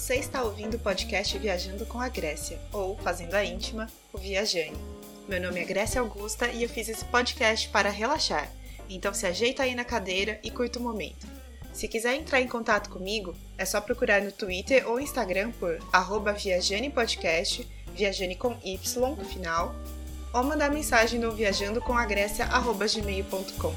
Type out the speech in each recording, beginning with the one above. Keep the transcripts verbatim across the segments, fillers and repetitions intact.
Você está ouvindo o podcast Viajando com a Grécia, ou Fazendo a Íntima, o Viajane. Meu nome é Grécia Augusta e eu fiz esse podcast para relaxar, então se ajeita aí na cadeira e curta o momento. Se quiser entrar em contato comigo, é só procurar no Twitter ou Instagram por arroba viajanepodcast, Viajane com Y no final, ou mandar mensagem no viajandocomagrécia arroba gmail ponto com.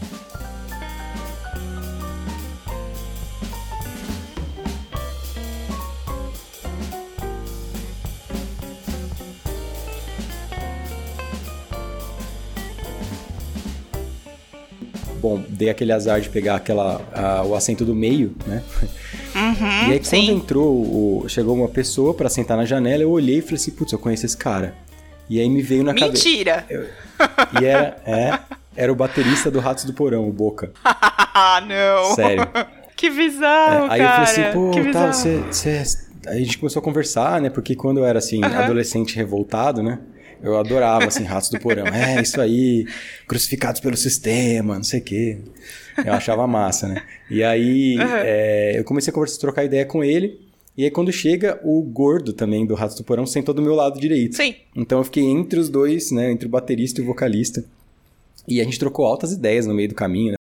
Bom, dei aquele azar de pegar aquela, a, o assento do meio, né? Uhum, e aí quando sim. entrou, o, chegou uma pessoa pra sentar na janela, eu olhei e falei assim, putz, eu conheço esse cara. E aí me veio na cabeça... Mentira! Eu, e era, é, era o baterista do Ratos do Porão, o Boca. Ah, não! Sério. Que bizarro, é, aí cara! eu falei assim, pô, que tá, bizarro. você, você... Aí a gente começou a conversar, né? Porque quando eu era, assim, uhum. adolescente revoltado, né? Eu adorava, assim, Ratos do Porão. É, isso aí, crucificados pelo sistema, não sei o quê. Eu achava massa, né? E aí, uhum. é, eu comecei a conversar, trocar ideia com ele. E aí, quando chega, o gordo também do Ratos do Porão sentou do meu lado direito. Sim. Então, eu fiquei entre os dois, né? Entre o baterista e o vocalista. E a gente trocou altas ideias no meio do caminho, né?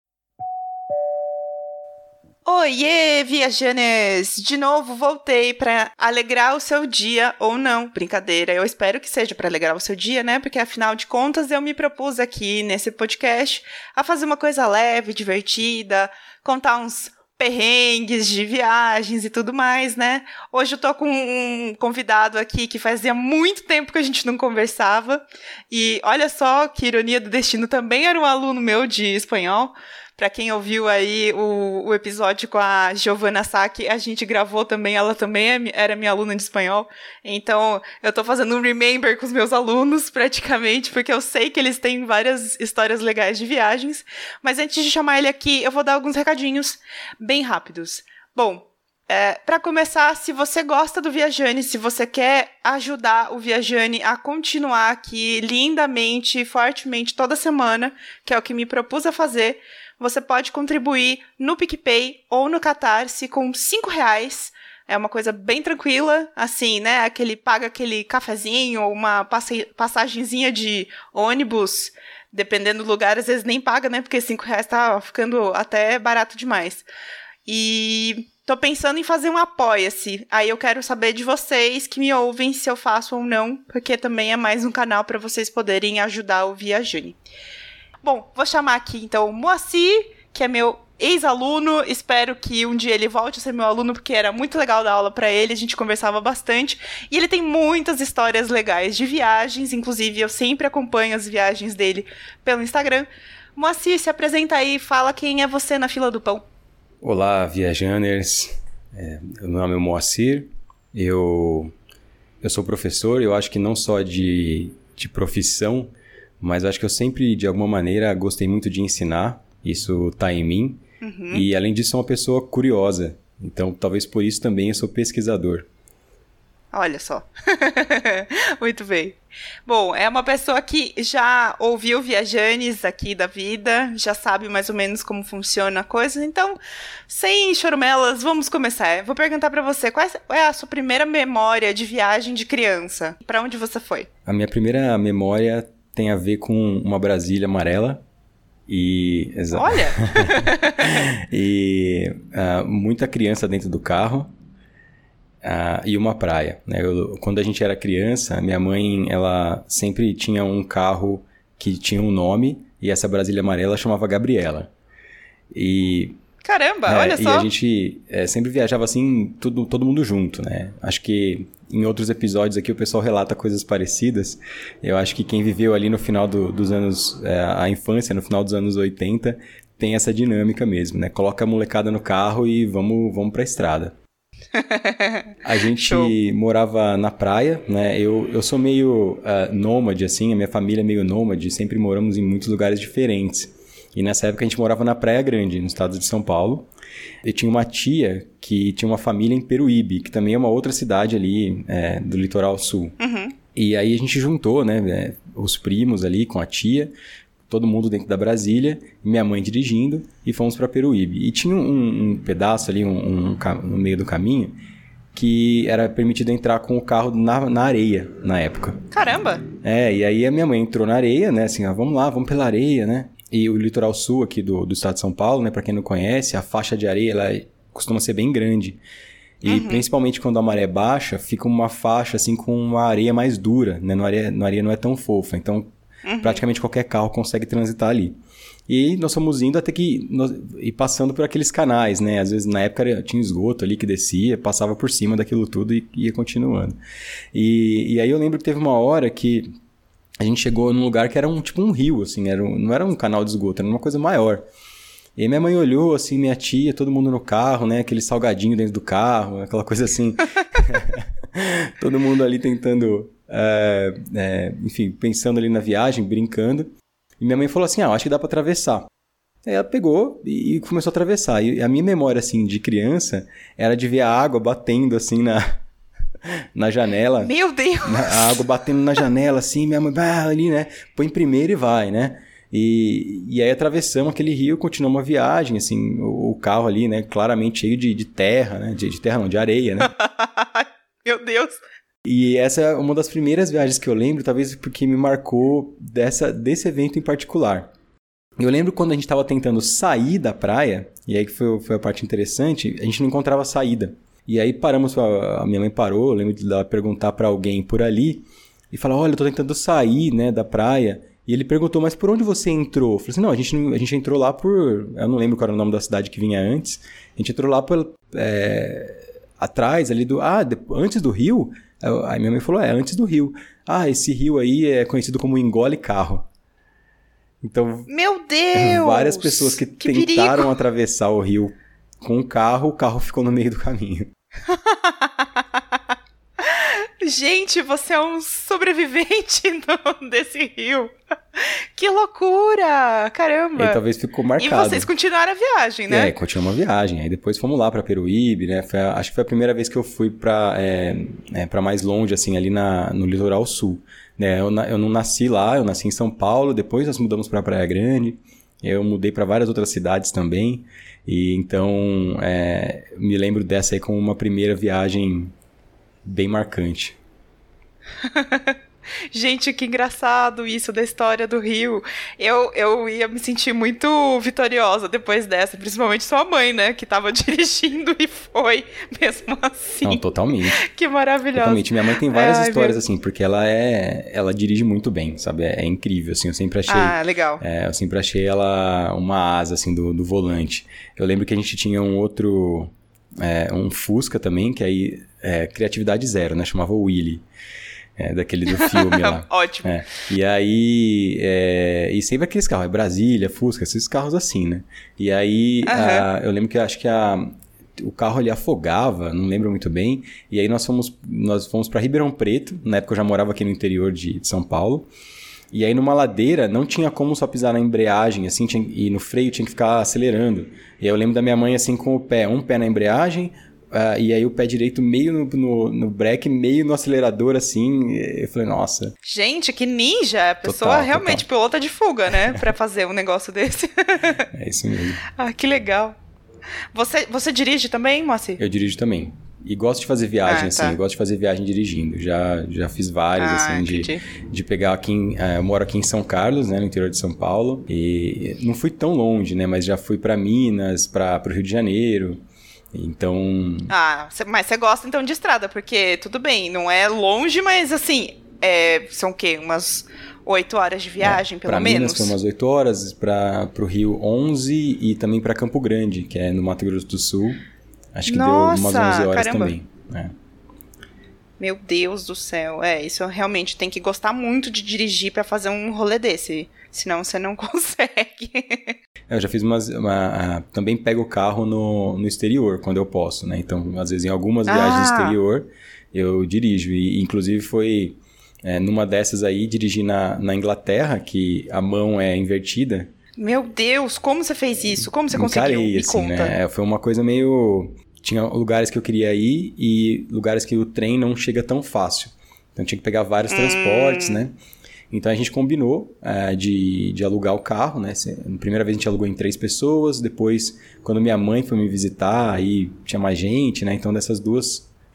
Oiê, viajanes! De novo voltei para alegrar o seu dia, ou não, brincadeira. Eu espero que seja para alegrar o seu dia, né? Porque afinal de contas eu me propus aqui nesse podcast a fazer uma coisa leve, divertida, contar uns perrengues de viagens e tudo mais, né? Hoje eu tô com um convidado aqui que fazia muito tempo que a gente não conversava. E olha só que ironia do destino, também era um aluno meu de espanhol. Para quem ouviu aí o, o episódio com a Giovanna Sacchi, a gente gravou também, ela também é, era minha aluna de espanhol. Então, eu tô fazendo um remember com os meus alunos, praticamente, porque eu sei que eles têm várias histórias legais de viagens. Mas antes de chamar ele aqui, eu vou dar alguns recadinhos bem rápidos. Bom, é, para começar, se você gosta do Viajane, se você quer ajudar o Viajane a continuar aqui lindamente, fortemente, toda semana, que é o que me propus a fazer, você pode contribuir no PicPay ou no Catarse com cinco reais. É uma coisa bem tranquila, assim, né? Aquele, paga aquele cafezinho ou uma passe- passagenzinha de ônibus, dependendo do lugar, às vezes nem paga, né? Porque cinco reais tá ficando até barato demais. E tô pensando em fazer um apoia-se. Aí eu quero saber de vocês que me ouvem se eu faço ou não, porque também é mais um canal para vocês poderem ajudar o Viajane. Bom, vou chamar aqui, então, o Moacir, que é meu ex-aluno. Espero que um dia ele volte a ser meu aluno, porque era muito legal dar aula pra ele, a gente conversava bastante. E ele tem muitas histórias legais de viagens, inclusive eu sempre acompanho as viagens dele pelo Instagram. Moacir, se apresenta aí e fala quem é você na fila do pão. Olá, viajaners. É, meu nome é Moacir, eu, eu sou professor, eu acho que não só de, de profissão, mas acho que eu sempre, de alguma maneira, gostei muito de ensinar. Isso tá em mim. Uhum. E, além disso, sou uma pessoa curiosa. Então, talvez por isso também eu sou pesquisador. Olha só. Muito bem. Bom, é uma pessoa que já ouviu Viajanes aqui da vida, já sabe mais ou menos como funciona a coisa. Então, sem chorumelas, vamos começar. Vou perguntar pra você, qual é a sua primeira memória de viagem de criança? Pra onde você foi? A minha primeira memória tem a ver com uma Brasília amarela e... Exa... Olha! e uh, muita criança dentro do carro uh, e uma praia, né? Eu, quando a gente era criança, minha mãe, ela sempre tinha um carro que tinha um nome e essa Brasília amarela chamava Gabriela. E... Caramba, é, olha só! E a gente é, sempre viajava assim, tudo, todo mundo junto, né? Acho que em outros episódios aqui o pessoal relata coisas parecidas. Eu acho que quem viveu ali no final do, dos anos... É, a infância, no final dos anos oitenta, tem essa dinâmica mesmo, né? Coloca a molecada no carro e vamos, vamos pra estrada. A gente Show. morava na praia, né? Eu, eu sou meio uh, nômade, assim. A minha família é meio nômade. Sempre moramos em muitos lugares diferentes. E nessa época a gente morava na Praia Grande, no estado de São Paulo. Eu tinha uma tia que tinha uma família em Peruíbe, que também é uma outra cidade ali é, do litoral sul. Uhum. E aí a gente juntou, né, os primos ali com a tia, todo mundo dentro da Brasília, minha mãe dirigindo, e fomos para Peruíbe. E tinha um, um pedaço ali, um, um, no meio do caminho, que era permitido entrar com o carro na, na areia, na época. Caramba! É, e aí a minha mãe entrou na areia, né? Assim, ó, vamos lá, vamos pela areia, né? E o litoral sul aqui do, do estado de São Paulo, né? Pra quem não conhece, a faixa de areia, ela costuma ser bem grande. E uhum. principalmente quando a maré baixa, fica uma faixa assim com uma areia mais dura, né? Na areia, na areia não é tão fofa, então uhum. praticamente qualquer carro consegue transitar ali. E nós fomos indo até que... Nós, e passando por aqueles canais, né? Às vezes, na época, tinha esgoto ali que descia, passava por cima daquilo tudo e ia continuando. E, e aí eu lembro que teve uma hora que a gente chegou num lugar que era um, tipo um rio, assim. Era um, não era um canal de esgoto, era uma coisa maior. E aí minha mãe olhou, assim, minha tia, todo mundo no carro, né? Aquele salgadinho dentro do carro, aquela coisa assim. Todo mundo ali tentando... É, é, enfim, pensando ali na viagem, brincando. E minha mãe falou assim, ah, acho que dá pra atravessar. Aí ela pegou e começou a atravessar. E a minha memória, assim, de criança, era de ver a água batendo, assim, na, na janela. Meu Deus! Na, a água batendo na janela, assim, minha mãe, ah, ali, né? Põe primeiro e vai, né? E, e aí atravessamos aquele rio, continuamos a viagem, assim, o, o carro ali, né? Claramente cheio de, de terra, né? De, de terra não, de areia, né? Meu Deus! E essa é uma das primeiras viagens que eu lembro, talvez porque me marcou dessa, desse evento em particular. Eu lembro quando a gente estava tentando sair da praia, e aí que foi, foi a parte interessante, a gente não encontrava saída. E aí paramos, a minha mãe parou, eu lembro de ela perguntar para alguém por ali, e falar, olha, eu tô tentando sair, né, da praia. E ele perguntou, mas por onde você entrou? Eu falei assim, não, a gente, a gente entrou lá por... Eu não lembro qual era o nome da cidade que vinha antes. A gente entrou lá por, é, atrás ali do... Ah, de, antes do rio... Aí minha mãe falou, é, antes do rio. Ah, esse rio aí é conhecido como engole carro. Então, meu Deus! Várias pessoas que, que tentaram perigo. atravessar o rio com o carro, o carro ficou no meio do caminho. Gente, você é um sobrevivente no, desse rio. Que loucura! Caramba! E talvez ficou marcado. E vocês continuaram a viagem, né? É, continuamos a viagem. Aí depois fomos lá pra Peruíbe, né? Foi a, acho que foi a primeira vez que eu fui pra, é, é, pra mais longe, assim, ali na, no litoral sul. Né? Eu, eu não nasci lá, eu nasci em São Paulo, depois nós mudamos pra Praia Grande. Eu mudei pra várias outras cidades também. E então, é, me lembro dessa aí como uma primeira viagem bem marcante. Gente, que engraçado isso da história do Rio. Eu, eu ia me sentir muito vitoriosa depois dessa, principalmente sua mãe, né, que tava dirigindo e foi mesmo assim. Não, totalmente. Que maravilhoso. Totalmente. Minha mãe tem várias Ai, histórias meu... assim, porque ela é, ela dirige muito bem, sabe? É, é incrível, assim, eu sempre achei... Ah, legal. É, eu sempre achei ela uma asa, assim, do, do volante. Eu lembro que a gente tinha um outro, é, um Fusca também, que aí, é, criatividade zero, né, chamava Willy. É, daquele do filme lá. Ótimo. É. E aí, é, e sempre aqueles carros, é Brasília, Fusca, esses carros assim, né? E aí, uhum. a, eu lembro que acho que a, o carro ali afogava, não lembro muito bem, e aí nós fomos, nós fomos para Ribeirão Preto, na época eu já morava aqui no interior de, de São Paulo, e aí numa ladeira não tinha como só pisar na embreagem, assim, tinha, e no freio tinha que ficar acelerando. E aí eu lembro da minha mãe assim com o pé, um pé na embreagem, Uh, e aí o pé direito meio no, no, no breque, meio no acelerador, assim. Eu falei, nossa. Gente, que ninja! A pessoa total, realmente total. Pilota de fuga, né? Pra fazer um negócio desse. É isso mesmo. Ah, que legal. Você, você dirige também, Moacir? Eu dirijo também. E gosto de fazer viagem, ah, assim. Tá. Eu gosto de fazer viagem dirigindo. Já, já fiz várias, ah, assim, de, de pegar aqui em... Uh, eu moro aqui em São Carlos, né? No interior de São Paulo. E não fui tão longe, né? Mas já fui pra Minas, pra, pro Rio de Janeiro. Então... Ah, mas você gosta então de estrada, porque tudo bem, não é longe, mas assim, é, são o quê? Umas oito horas de viagem, é, pelo pra menos? Pra Minas foi umas oito horas, para o Rio onze e também para Campo Grande, que é no Mato Grosso do Sul. Acho que Nossa, deu umas onze horas caramba. também. É. Meu Deus do céu, é, isso realmente tem que gostar muito de dirigir pra fazer um rolê desse, senão você não consegue. Eu já fiz umas, uma, também pego o carro no, no exterior, quando eu posso, né, então às vezes em algumas viagens ah. no exterior eu dirijo, e inclusive foi é, numa dessas aí, dirigi na, na Inglaterra, que a mão é invertida. Meu Deus, como você fez isso? Como você conseguiu? Encarei, Me assim, conta. Né, foi uma coisa meio... Tinha lugares que eu queria ir e lugares que o trem não chega tão fácil. Então tinha que pegar vários hum. transportes, né? Então a gente combinou uh, de, de alugar o carro, né? Na primeira vez a gente alugou em três pessoas, depois quando minha mãe foi me visitar, aí tinha mais gente, né? Então dessas duas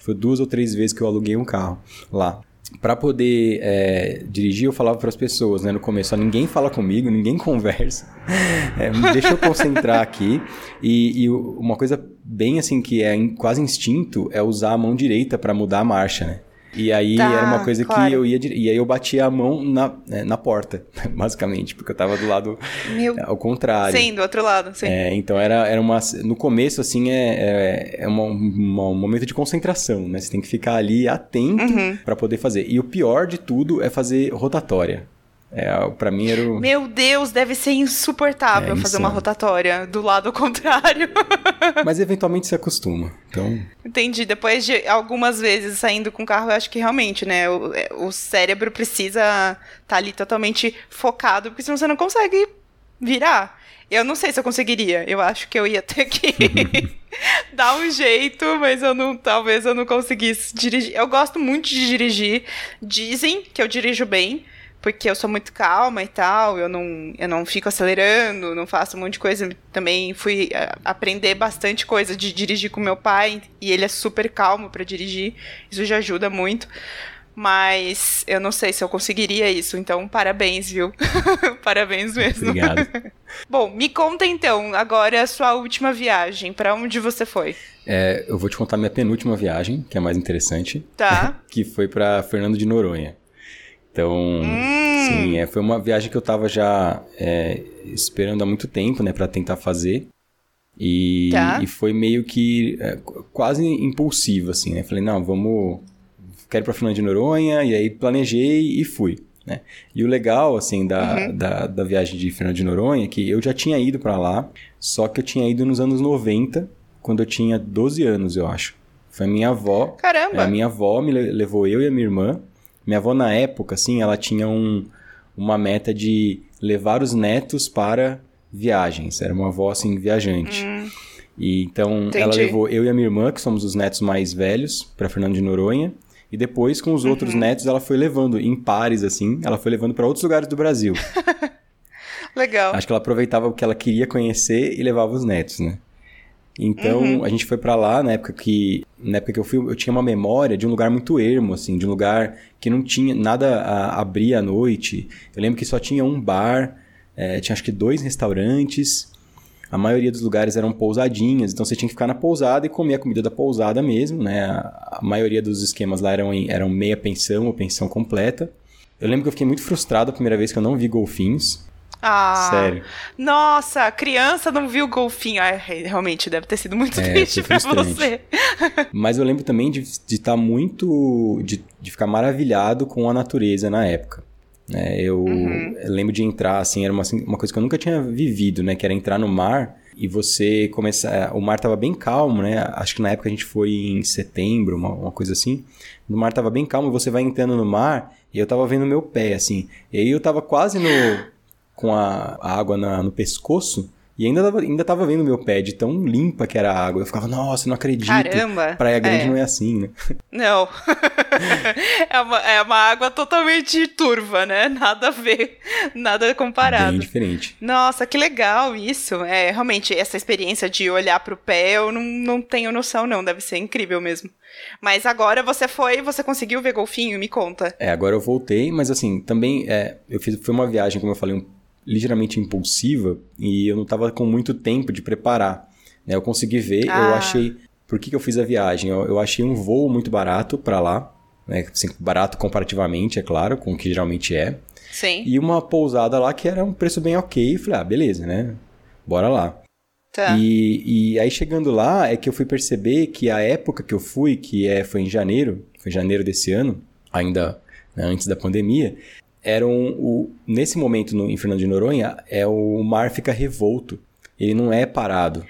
Foi duas ou três vezes que eu aluguei um carro lá. Para poder é, dirigir, eu falava para as pessoas, né, no começo, ó, ninguém fala comigo, ninguém conversa, é, deixa eu concentrar aqui. E, e uma coisa bem assim que é quase instinto é usar a mão direita para mudar a marcha, né? E aí tá, era uma coisa claro. que eu ia... E aí eu batia a mão na, na porta, basicamente, porque eu tava do lado Meu... ao contrário. Sim, do outro lado, sim. É, então era, era uma... No começo, assim, é, é, é uma, uma, um momento de concentração, né? Você tem que ficar ali atento uhum. pra poder fazer. E o pior de tudo é fazer rotatória. É, pra mim era o... Meu Deus, deve ser insuportável é fazer uma rotatória do lado contrário. Mas eventualmente se acostuma, então... Entendi, depois de algumas vezes saindo com o carro, eu acho que realmente, né, o, o cérebro precisa estar tá ali totalmente focado, porque senão você não consegue virar. Eu não sei se eu conseguiria, eu acho que eu ia ter que dar um jeito, mas eu não, talvez eu não conseguisse dirigir. Eu gosto muito de dirigir, dizem que eu dirijo bem, porque eu sou muito calma e tal, eu não, eu não fico acelerando, não faço um monte de coisa. Também fui uh, aprender bastante coisa de dirigir com meu pai, e ele é super calmo para dirigir, isso já ajuda muito. Mas eu não sei se eu conseguiria isso, então parabéns, viu? Parabéns mesmo. Obrigado. Bom, me conta então, agora a sua última viagem, para onde você foi? É, eu vou te contar minha penúltima viagem, que é a mais interessante. Tá. Que foi para Fernando de Noronha. Então, hum. sim, é, foi uma viagem que eu tava já é, esperando há muito tempo, né, pra tentar fazer. E, tá. e foi meio que é, quase impulsivo, assim, né? Falei, não, vamos... Quero ir pra Fernando de Noronha, e aí planejei e fui, né? E o legal, assim, da, uhum. da, da viagem de Fernando de Noronha é que eu já tinha ido pra lá, só que eu tinha ido nos anos noventa, quando eu tinha doze anos, eu acho. Foi a minha avó. Caramba! A minha avó me levou eu e a minha irmã. Minha avó, na época, assim, ela tinha um, uma meta de levar os netos para viagens. Era uma avó, assim, viajante. Hum, e então, entendi. Ela levou eu e a minha irmã, que somos os netos mais velhos, para Fernando de Noronha. E depois, com os uhum. outros netos, ela foi levando, em pares, assim, ela foi levando para outros lugares do Brasil. Legal. Acho que ela aproveitava o que ela queria conhecer e levava os netos, né? Então, uhum. a gente foi pra lá, na época que na época que eu fui, eu tinha uma memória de um lugar muito ermo, assim, de um lugar que não tinha nada a abrir à noite. Eu lembro que só tinha um bar, é, tinha acho que dois restaurantes, a maioria dos lugares eram pousadinhas, então você tinha que ficar na pousada e comer a comida da pousada mesmo, né? A, a maioria dos esquemas lá eram, eram meia pensão ou pensão completa. Eu lembro que eu fiquei muito frustrado a primeira vez que eu não vi golfinhos. Ah, sério. Nossa, a criança não viu o golfinho. Ah, realmente, deve ter sido muito é, triste pra você. Mas eu lembro também de estar muito... De, de ficar maravilhado com a natureza na época. É, eu, uhum. eu lembro de entrar, assim, era uma, uma coisa que eu nunca tinha vivido, né? Que era entrar no mar e você começar... O mar tava bem calmo, né? Acho que na época a gente foi em setembro, uma, uma coisa assim. O mar tava bem calmo, você vai entrando no mar e eu tava vendo meu pé, assim. E aí eu tava quase no... com a, a água na, no pescoço, e ainda tava, ainda tava vendo meu pé de tão limpa que era a água. Eu ficava, nossa, não acredito. Caramba! Praia Grande é. não é assim, né? Não. é, uma, é uma água totalmente turva, né? Nada a ver, nada comparado. Bem diferente. Nossa, que legal isso. É, realmente, essa experiência de olhar pro pé, eu não, não tenho noção, não. Deve ser incrível mesmo. Mas agora você foi, você conseguiu ver golfinho? Me conta. É, agora eu voltei, mas assim, também é, eu fiz, foi uma viagem, como eu falei, um ligeiramente impulsiva e eu não estava com muito tempo de preparar, né? Eu consegui ver, ah. eu achei... Por que, que eu fiz a viagem? Eu, eu achei um voo muito barato para lá, né? Assim, barato comparativamente, é claro, com o que geralmente é. Sim. E uma pousada lá que era um preço bem ok. Falei, ah, beleza, né? Bora lá. Tá. E, e aí chegando lá é que eu fui perceber que a época que eu fui, que é, foi em janeiro, foi em janeiro desse ano, ainda, né, antes da pandemia... Era um, o, nesse momento no, em Fernando de Noronha, é, o mar fica revolto. Ele não é parado.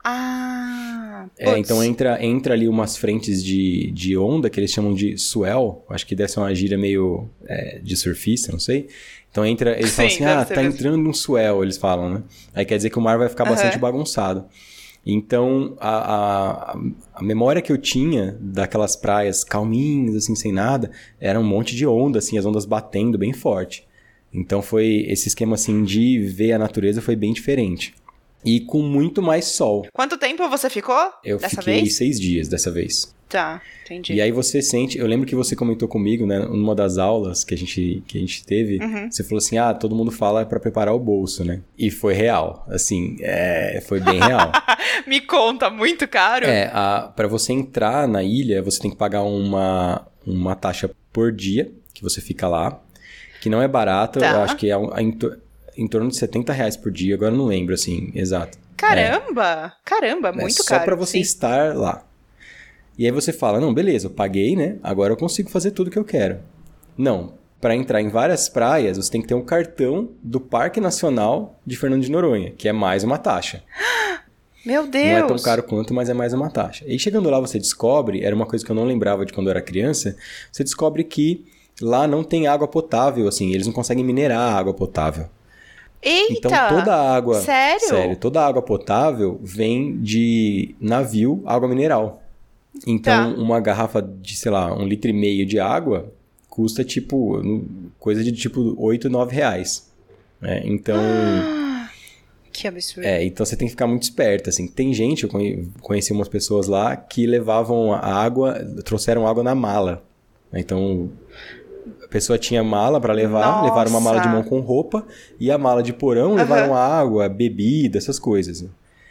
Ah, é, então entra, entra ali umas frentes de, de onda, que eles chamam de swell. Acho que deve ser uma gíria meio é, de surfista, não sei. Então entra, eles Sim, falam assim, ah, tá mesmo. entrando um swell, eles falam, né? Aí quer dizer que o mar vai ficar uhum. bastante bagunçado. Então, a, a, a memória que eu tinha daquelas praias calminhas, assim, sem nada, era um monte de onda, assim, as ondas batendo bem forte. Então, foi esse esquema, assim, de ver a natureza foi bem diferente. e com muito mais sol. Quanto tempo você ficou Eu dessa fiquei vez? seis dias dessa vez. Tá, entendi. E aí você sente... Eu lembro que você comentou comigo, né? Numa das aulas que a gente, que a gente teve, uhum. Você falou assim, ah, todo mundo fala pra preparar o bolso, né? E foi real. Assim, é, foi bem real. Me conta, muito caro? É, a, pra você entrar na ilha, você tem que pagar uma, uma taxa por dia que você fica lá, que não é barata, tá. Eu acho que é um, em, em torno de setenta reais por dia, agora eu não lembro, assim, exato. Caramba! É. Caramba, muito é caro. Só pra você sim. estar lá. E aí você fala, não, beleza, eu paguei, né? Agora eu consigo fazer tudo que eu quero. Não, para entrar em várias praias, você tem que ter um cartão do Parque Nacional de Fernando de Noronha, que é mais uma taxa. Meu Deus! Não é tão caro quanto, mas é mais uma taxa. E chegando lá você descobre, era uma coisa que eu não lembrava de quando eu era criança, você descobre que lá não tem água potável, assim, eles não conseguem minerar a água potável. Eita! Então toda a água... Sério? Sério, toda a água potável vem de navio, água mineral. Então, tá. Uma garrafa de, sei lá, um litro e meio de água custa, tipo, coisa de, tipo, oito, nove reais. Né? Então... Ah, que absurdo. É, então você tem que ficar muito esperto, assim. Tem gente, eu conheci umas pessoas lá, que levavam a água, trouxeram água na mala. Então, a pessoa tinha mala para levar, Nossa. Levaram uma mala de mão com roupa, e a mala de porão, uhum. Levaram água, bebida, essas coisas.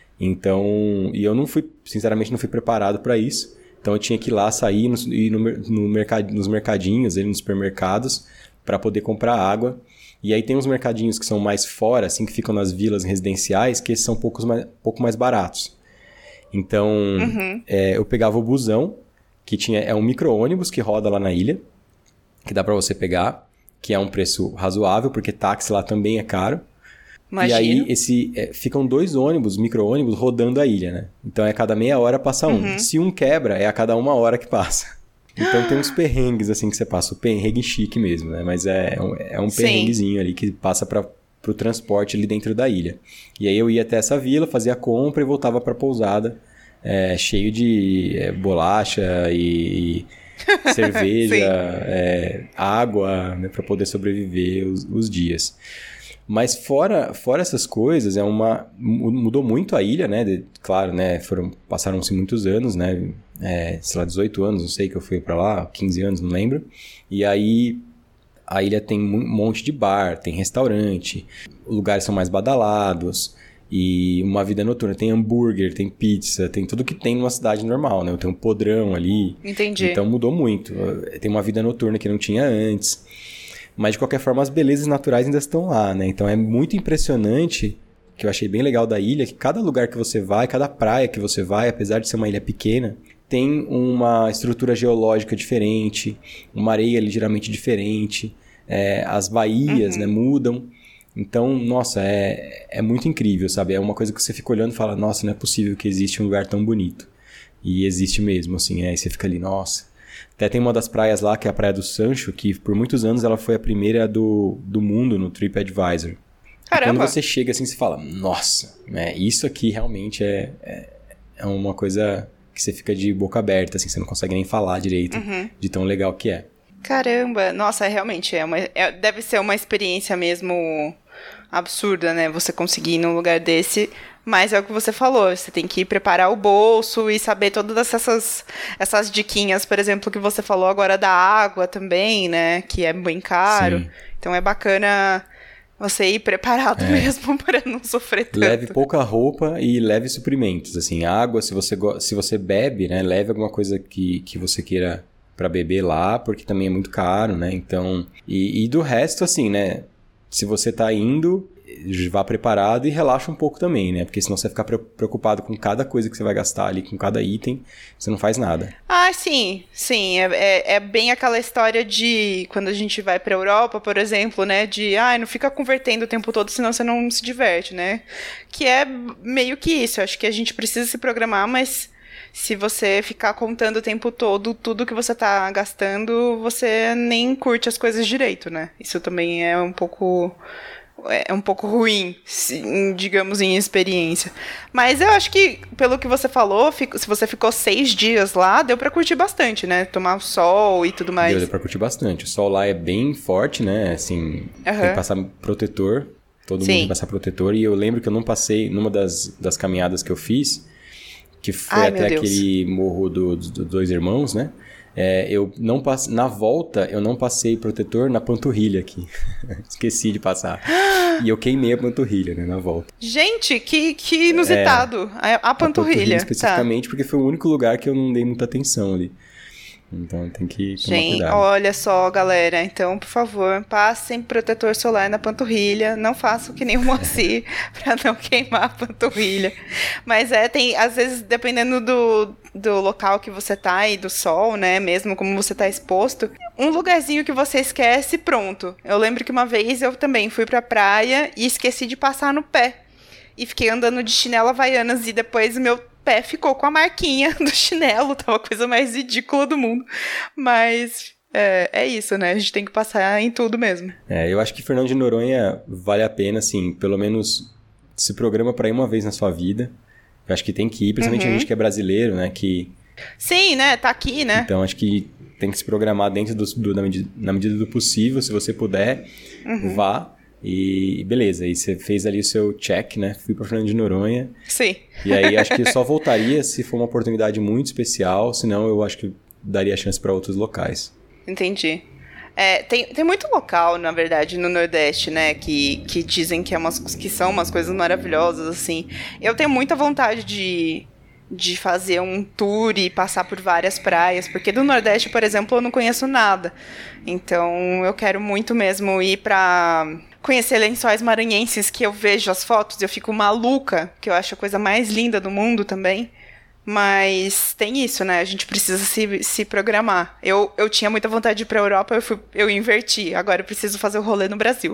Então, e eu não fui, sinceramente, não fui preparado para isso. Então eu tinha que ir lá, sair no, ir no, no mercad, nos mercadinhos, ali nos supermercados, para poder comprar água. E aí tem uns mercadinhos que são mais fora, assim, que ficam nas vilas residenciais, que esses são um pouco mais, um pouco mais baratos. Então, uhum. é, eu pegava o busão, que tinha, é um micro-ônibus que roda lá na ilha, que dá para você pegar, que é um preço razoável, porque táxi lá também é caro. Imagino. E aí esse, é, ficam dois ônibus, micro-ônibus, rodando a ilha, né? Então é a cada meia hora passa um. Uhum. Se um quebra, é a cada uma hora que passa. Então tem uns perrengues assim que você passa. O perrengue chique mesmo, né? Mas é um, é um perrenguezinho ali que passa para o transporte ali dentro da ilha. E aí eu ia até essa vila, fazia a compra e voltava para a pousada, é, cheio de é, bolacha e... cerveja, é, água, né? Para poder sobreviver os, os dias. Mas fora, fora essas coisas, é uma, mudou muito a ilha, né? De, claro, né? Foram, passaram-se muitos anos, né? É, sei lá, dezoito anos, não sei que eu fui pra lá, quinze anos, não lembro. E aí a ilha tem um monte de bar, tem restaurante, os lugares são mais badalados e uma vida noturna. Tem hambúrguer, tem pizza, tem tudo que tem numa cidade normal, né? Tem um podrão ali. Entendi. Então mudou muito. Tem uma vida noturna que não tinha antes. Mas, de qualquer forma, as belezas naturais ainda estão lá, né? Então, é muito impressionante, que eu achei bem legal da ilha, que cada lugar que você vai, cada praia que você vai, apesar de ser uma ilha pequena, tem uma estrutura geológica diferente, uma areia ligeiramente diferente, é, as baías, uhum. né, mudam. Então, nossa, é, é muito incrível, sabe? É uma coisa que você fica olhando e fala, nossa, não é possível que existe um lugar tão bonito. E existe mesmo, assim, aí você fica ali, nossa... Até tem uma das praias lá, que é a Praia do Sancho, que por muitos anos ela foi a primeira do, do mundo no TripAdvisor. Caramba! E quando você chega assim, você fala, nossa, né, isso aqui realmente é, é, é uma coisa que você fica de boca aberta, assim, você não consegue nem falar direito uhum. de tão legal que é. Caramba! Nossa, é, realmente, é uma, é, deve ser uma experiência mesmo absurda, né? Você conseguir ir num lugar desse... Mas é o que você falou, você tem que preparar o bolso e saber todas essas, essas diquinhas, por exemplo, que você falou agora da água também, né? Que é bem caro. Sim. Então é bacana você ir preparado é. mesmo para não sofrer tanto. Leve pouca roupa e leve suprimentos. Assim, água, se você, se você bebe, né? Leve alguma coisa que, que você queira para beber lá, porque também é muito caro, né? Então, e, e do resto, assim, né? Se você tá indo... vá preparado e relaxa um pouco também, né? Porque senão você vai ficar preocupado com cada coisa que você vai gastar ali, com cada item, você não faz nada. Ah, sim, sim. É, é, é bem aquela história de quando a gente vai pra Europa, por exemplo, né? De, ah, não fica convertendo o tempo todo, senão você não se diverte, né? Que é meio que isso. Eu acho que a gente precisa se programar, mas se você ficar contando o tempo todo tudo que você tá gastando, você nem curte as coisas direito, né? Isso também é um pouco... é um pouco ruim, digamos, em experiência. Mas eu acho que, pelo que você falou, se você ficou seis dias lá, deu pra curtir bastante, né? Tomar sol e tudo mais. Deu, deu pra curtir bastante. O sol lá é bem forte, né? Assim, uhum. Tem que passar protetor. todo Sim. mundo tem que passar protetor. E eu lembro que eu não passei numa das, das caminhadas que eu fiz, que foi Ai, até meu Deus. aquele morro dos do, do dois irmãos, né? É, eu não passe... Na volta, eu não passei protetor na panturrilha aqui. Esqueci de passar. E eu queimei a panturrilha, né, na volta. Gente, que, que inusitado. É, a, a panturrilha. A panturrilha Tá. especificamente, porque foi o único lugar que eu não dei muita atenção ali. Então tem que tomar Gente, cuidado. olha só, galera. Então, por favor, passem protetor solar na panturrilha. Não façam que nem o Moacir pra não queimar a panturrilha. Mas é, tem, às vezes, dependendo do, do local que você tá e do sol, né? Mesmo como você tá exposto, um lugarzinho que você esquece, pronto. Eu lembro que uma vez eu também fui pra praia e esqueci de passar no pé. E fiquei andando de chinelo Havaianas e depois o meu pé ficou com a marquinha do chinelo, tá uma coisa mais ridícula do mundo. Mas é, é isso, né? A gente tem que passar em tudo mesmo. É, eu acho que Fernando de Noronha vale a pena, assim, pelo menos se programa para ir uma vez na sua vida. Eu acho que tem que ir, principalmente Uhum. a gente que é brasileiro, né? Que... Sim, né? Tá aqui, né? Então acho que tem que se programar dentro do, do, na, medida, na medida do possível, se você puder, Uhum. vá. E beleza, e você fez ali o seu check, né? Fui para Fernando de Noronha. Sim. E aí acho que só voltaria se for uma oportunidade muito especial, senão eu acho que daria chance para outros locais. Entendi. É, tem, tem muito local, na verdade, no Nordeste, né, que, que dizem que, é umas, que são umas coisas maravilhosas, assim. Eu tenho muita vontade de, de fazer um tour e passar por várias praias, porque do Nordeste, por exemplo, eu não conheço nada. Então, eu quero muito mesmo ir pra conhecer Lençóis Maranhenses, que eu vejo as fotos e eu fico maluca, que eu acho a coisa mais linda do mundo também. Mas tem isso, né? A gente precisa se, se programar. Eu, eu tinha muita vontade de ir pra Europa, eu, fui, eu inverti. Agora eu preciso fazer o rolê no Brasil.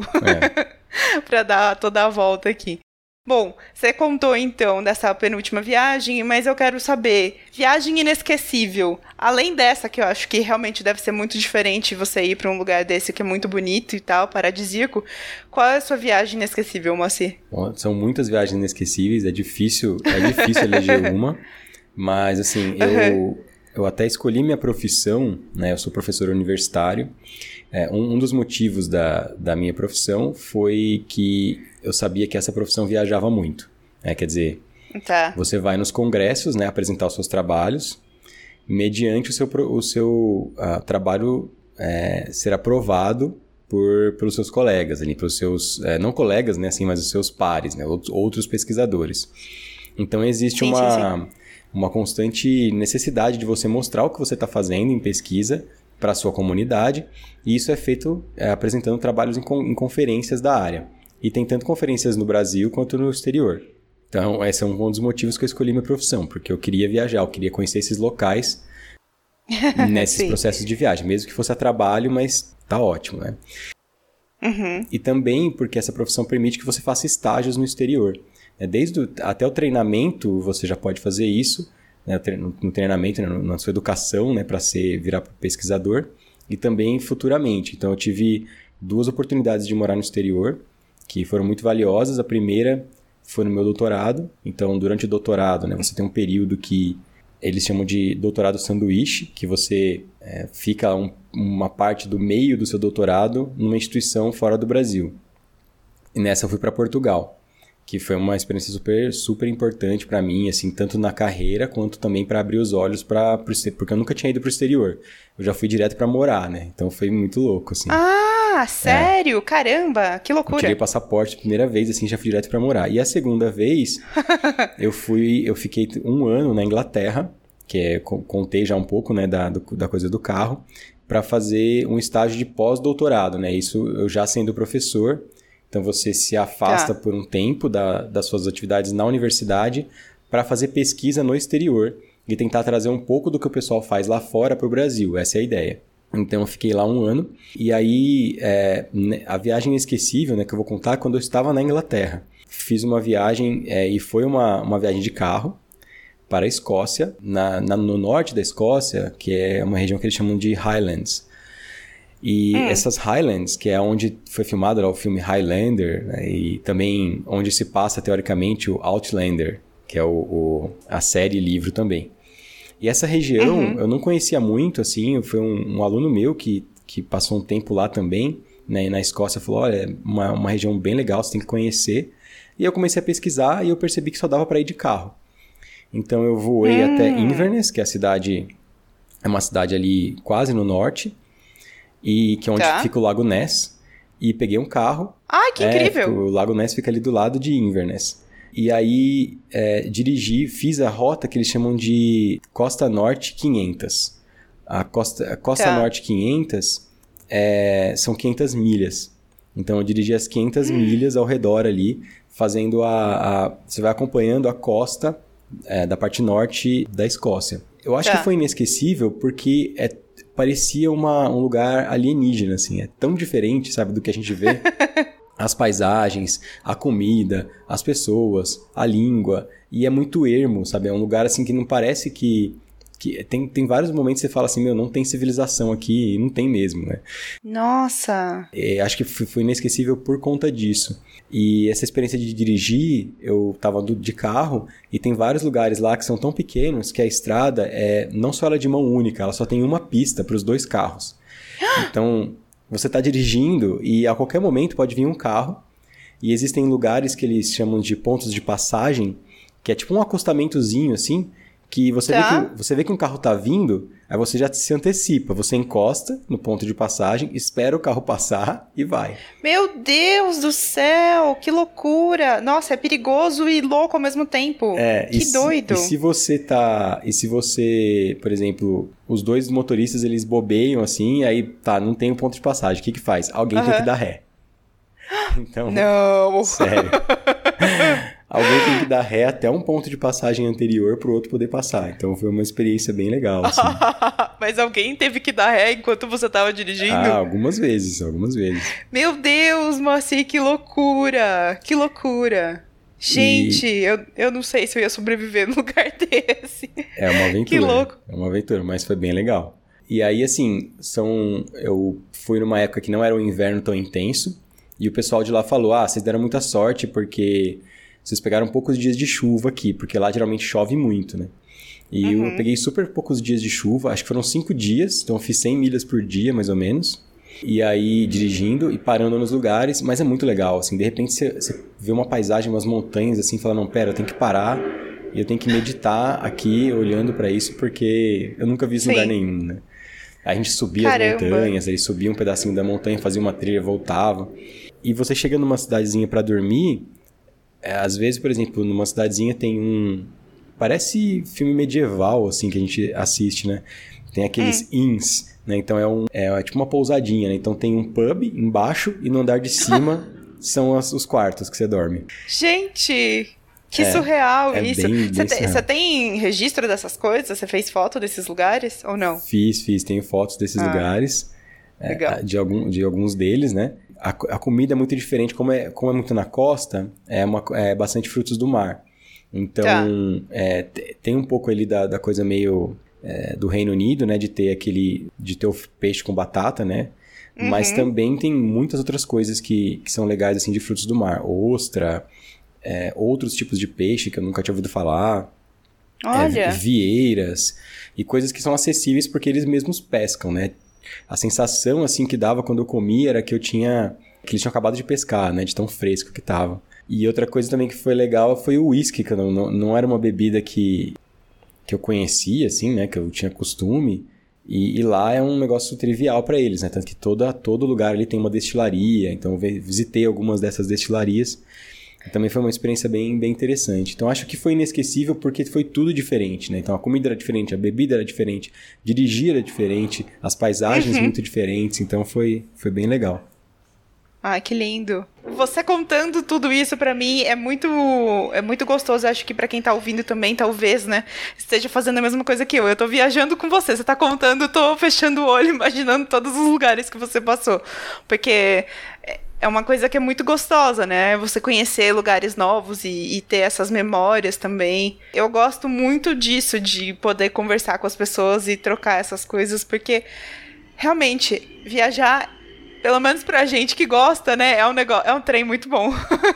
É. Pra dar toda a volta aqui. Bom, você contou então dessa penúltima viagem, mas eu quero saber, viagem inesquecível, além dessa que eu acho que realmente deve ser muito diferente você ir pra um lugar desse que é muito bonito e tal, paradisíaco, qual é a sua viagem inesquecível, Moacir? Bom, são muitas viagens inesquecíveis, é difícil, é difícil eleger uma, mas assim, eu, Uhum. eu até escolhi minha profissão, né? Eu sou professor universitário. É, um, um dos motivos da, da minha profissão foi que eu sabia que essa profissão viajava muito. Né? Quer dizer, Tá. você vai nos congressos, né, apresentar os seus trabalhos, mediante o seu, pro- o seu uh, trabalho é, ser aprovado por, pelos seus colegas, ali, pelos seus, é, não colegas, né, assim, mas os seus pares, né, outros, outros pesquisadores. Então existe Sim, uma, sim, uma constante necessidade de você mostrar o que você está fazendo em pesquisa para a sua comunidade, e isso é feito é, apresentando trabalhos em, con- em conferências da área. E tem tanto conferências no Brasil quanto no exterior. Então, esse é um dos motivos que eu escolhi minha profissão, porque eu queria viajar, eu queria conhecer esses locais nesses Sim. processos de viagem, mesmo que fosse a trabalho, mas tá ótimo, né? Uhum. E também porque essa profissão permite que você faça estágios no exterior. É, desde o, até o treinamento, você já pode fazer isso, né, no, no treinamento, né, na sua educação, né, para ser virar pesquisador, e também futuramente. Então, eu tive duas oportunidades de morar no exterior, que foram muito valiosas. A primeira foi no meu doutorado. Então, durante o doutorado, né, você tem um período que eles chamam de doutorado sanduíche, que você é, fica um, uma parte do meio do seu doutorado numa instituição fora do Brasil. E nessa eu fui para Portugal, que foi uma experiência super, super importante para mim, assim, tanto na carreira quanto também para abrir os olhos para porque eu nunca tinha ido para o exterior. Eu já fui direto para morar, né? Então foi muito louco, assim. Ah, sério? É. Caramba, que loucura. Eu tirei passaporte a primeira vez, assim, já fui direto para morar. E a segunda vez, eu fui, eu fiquei um ano na Inglaterra, que é, contei já um pouco, né, da, do, da coisa do carro, para fazer um estágio de pós-doutorado, né? Isso eu já sendo professor. Então, você se afasta tá. por um tempo da, das suas atividades na universidade para fazer pesquisa no exterior e tentar trazer um pouco do que o pessoal faz lá fora para o Brasil. Essa é a ideia. Então, eu fiquei lá um ano. E aí, é, a viagem inesquecível, né, que eu vou contar, quando eu estava na Inglaterra. Fiz uma viagem, é, e foi uma, uma viagem de carro para a Escócia, na, na, no norte da Escócia, que é uma região que eles chamam de Highlands. E hum. essas Highlands, que é onde foi filmado lá, o filme Highlander, né, e também onde se passa, teoricamente, o Outlander, que é o, o, a série e livro também. E essa região, uhum. eu não conhecia muito, assim, foi um, um aluno meu que, que passou um tempo lá também, né, na Escócia, falou, olha, é uma, uma região bem legal, você tem que conhecer. E eu comecei a pesquisar e eu percebi que só dava para ir de carro. Então eu voei hum. até Inverness, que é a cidade, é uma cidade ali quase no norte, e que é onde tá. fica o Lago Ness, e peguei um carro. Ai, que é, incrível! O Lago Ness fica ali do lado de Inverness. E aí é, dirigi, fiz a rota que eles chamam de Costa Norte quinhentas. A Costa, a Costa tá. Norte quinhentas é, são quinhentas milhas. Então eu dirigi as quinhentas hum. milhas ao redor ali, fazendo a, a... Você vai acompanhando a costa é, da parte norte da Escócia. Eu acho tá. que foi inesquecível porque é, parecia uma, um lugar alienígena, assim. É tão diferente, sabe, do que a gente vê. As paisagens, a comida, as pessoas, a língua. E é muito ermo, sabe? É um lugar, assim, que não parece que... que tem, tem vários momentos que você fala assim, meu, não tem civilização aqui. E não tem mesmo, né? Nossa! É, acho que foi, foi inesquecível por conta disso. E essa experiência de dirigir, eu tava do, de carro e tem vários lugares lá que são tão pequenos que a estrada, é, não só ela é de mão única, ela só tem uma pista para os dois carros. Então, você tá dirigindo e a qualquer momento pode vir um carro e existem lugares que eles chamam de pontos de passagem, que é tipo um acostamentozinho assim, que você, tá. vê que você vê que um carro tá vindo, aí você já se antecipa, você encosta no ponto de passagem, espera o carro passar e vai. Meu Deus do céu, que loucura! Nossa, é perigoso e louco ao mesmo tempo. É, que e doido! Se, e se você tá, e se você, por exemplo, os dois motoristas eles bobeiam assim, aí tá, não tem o um ponto de passagem, o que que faz? Alguém uh-huh. tem que dar ré. Então, não! Sério. Alguém tem que dar ré até um ponto de passagem anterior para o outro poder passar. Então foi uma experiência bem legal. Assim. Mas alguém teve que dar ré enquanto você estava dirigindo? Ah, algumas vezes, algumas vezes. Meu Deus, Moacir, que loucura! Que loucura! Gente, e... eu, eu não sei se eu ia sobreviver num lugar desse. É uma aventura. Que louco! É uma aventura, mas foi bem legal. E aí, assim, são... eu fui numa época que não era um inverno tão intenso. E o pessoal de lá falou, ah, vocês deram muita sorte porque... vocês pegaram poucos dias de chuva aqui, porque lá geralmente chove muito, né? E uhum. eu peguei super poucos dias de chuva, acho que foram cinco dias, então eu fiz cem milhas por dia, mais ou menos. E aí, dirigindo e parando nos lugares, mas é muito legal, assim, de repente você, você vê uma paisagem, umas montanhas, assim, fala, não, pera, eu tenho que parar e eu tenho que meditar aqui, olhando pra isso, porque eu nunca vi isso em lugar nenhum, né? Aí a gente subia Caramba. as montanhas, aí subia um pedacinho da montanha, fazia uma trilha, voltava. E você chega numa cidadezinha pra dormir... É, às vezes, por exemplo, numa cidadezinha tem um... Parece filme medieval, assim, que a gente assiste, né? Tem aqueles hum. inns, né? Então é, um, é, é tipo uma pousadinha, né? Então tem um pub embaixo e no andar de cima são as, os quartos que você dorme. Gente, que é, surreal é isso. Bem, você, bem te, você tem registro dessas coisas? Você fez foto desses lugares ou não? Fiz, fiz. Tenho fotos desses ah, lugares. Legal. É, de, algum, de alguns deles, né? A, a comida é muito diferente, como é, como é muito na costa, é, uma, é bastante frutos do mar. Então, tá. é, tem um pouco ali da, da coisa meio é, do Reino Unido, né? De ter aquele, de ter o peixe com batata, né? Uhum. Mas também tem muitas outras coisas que, que são legais, assim, de frutos do mar. Ostra, é, outros tipos de peixe que eu nunca tinha ouvido falar. Olha! É, vieiras e coisas que são acessíveis porque eles mesmos pescam, né? A sensação, assim, que dava quando eu comia era que eu tinha... que eles tinham acabado de pescar, né? De tão fresco que tava. E outra coisa também que foi legal foi o whisky, que não, não, não era uma bebida que, que eu conhecia, assim, né? Que eu tinha costume. E, e lá é um negócio trivial para eles, né? Tanto que toda, todo lugar ali tem uma destilaria. Então eu visitei algumas dessas destilarias. E também foi uma experiência bem, bem interessante. Então acho que foi inesquecível porque foi tudo diferente, né? Então a comida era diferente, a bebida era diferente, dirigir era diferente, as paisagens uhum. muito diferentes. Então foi, foi bem legal. Ah, que lindo. Você contando tudo isso pra mim é muito, é muito gostoso. Acho que pra quem tá ouvindo também, talvez, né, esteja fazendo a mesma coisa que eu. Eu tô viajando com você, você tá contando, eu tô fechando o olho, imaginando todos os lugares que você passou. Porque é uma coisa que é muito gostosa, né? Você conhecer lugares novos e, e ter essas memórias também. Eu gosto muito disso, de poder conversar com as pessoas e trocar essas coisas, porque realmente viajar... Pelo menos pra gente que gosta, né? É um negócio, é um trem muito bom.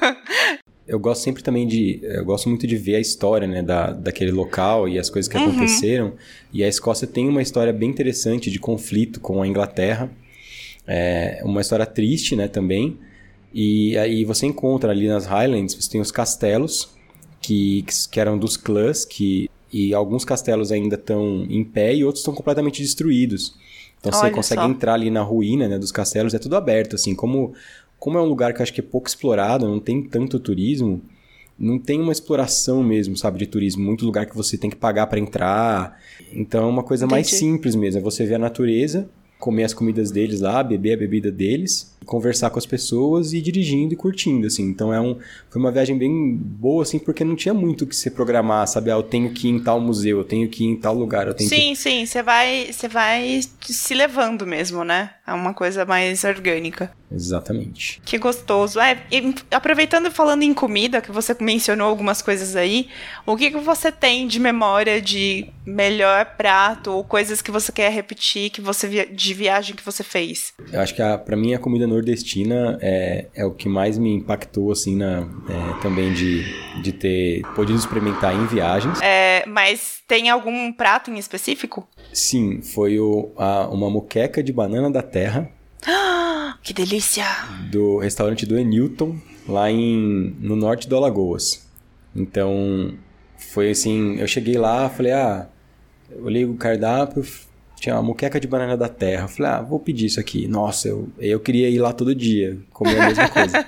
Eu gosto sempre também de... Eu gosto muito de ver a história, né? Da, daquele local e as coisas que uhum. aconteceram. E a Escócia tem uma história bem interessante de conflito com a Inglaterra. É uma história triste, né, também. E aí você encontra ali nas Highlands, você tem os castelos, que, que eram dos clãs, que, e alguns castelos ainda estão em pé e outros estão completamente destruídos. Então você Olha consegue só. entrar ali na ruína, né, dos castelos, é tudo aberto, assim, como, como é um lugar que eu acho que é pouco explorado, não tem tanto turismo, não tem uma exploração mesmo, sabe, de turismo, muito lugar que você tem que pagar para entrar, então é uma coisa Entendi. mais simples mesmo, é você ver a natureza, comer as comidas deles lá, beber a bebida deles, conversar com as pessoas e ir dirigindo e curtindo, assim. Então é um, foi uma viagem bem boa, assim, porque não tinha muito o que se programar, sabe? Ah, eu tenho que ir em tal museu, eu tenho que ir em tal lugar, eu tenho Sim, que... sim, você vai, você vai se levando mesmo, né? É uma coisa mais orgânica. Exatamente. Que gostoso. É, e aproveitando e falando em comida, que você mencionou algumas coisas aí, o que, que você tem de memória de melhor prato ou coisas que você quer repetir que você via, de viagem que você fez? Eu acho que a, pra mim a comida nordestina é, é o que mais me impactou, assim, na, é, também de, de ter podido experimentar em viagens. É, mas tem algum prato em específico? Sim, foi o, a, uma moqueca de banana da terra. Que delícia! Do restaurante do Enilton, lá em, no norte do Alagoas. Então, foi assim, eu cheguei lá, falei, ah, eu olhei o cardápio, tinha uma moqueca de banana da terra. Falei, ah, vou pedir isso aqui. Nossa, eu, eu queria ir lá todo dia, comer a mesma coisa.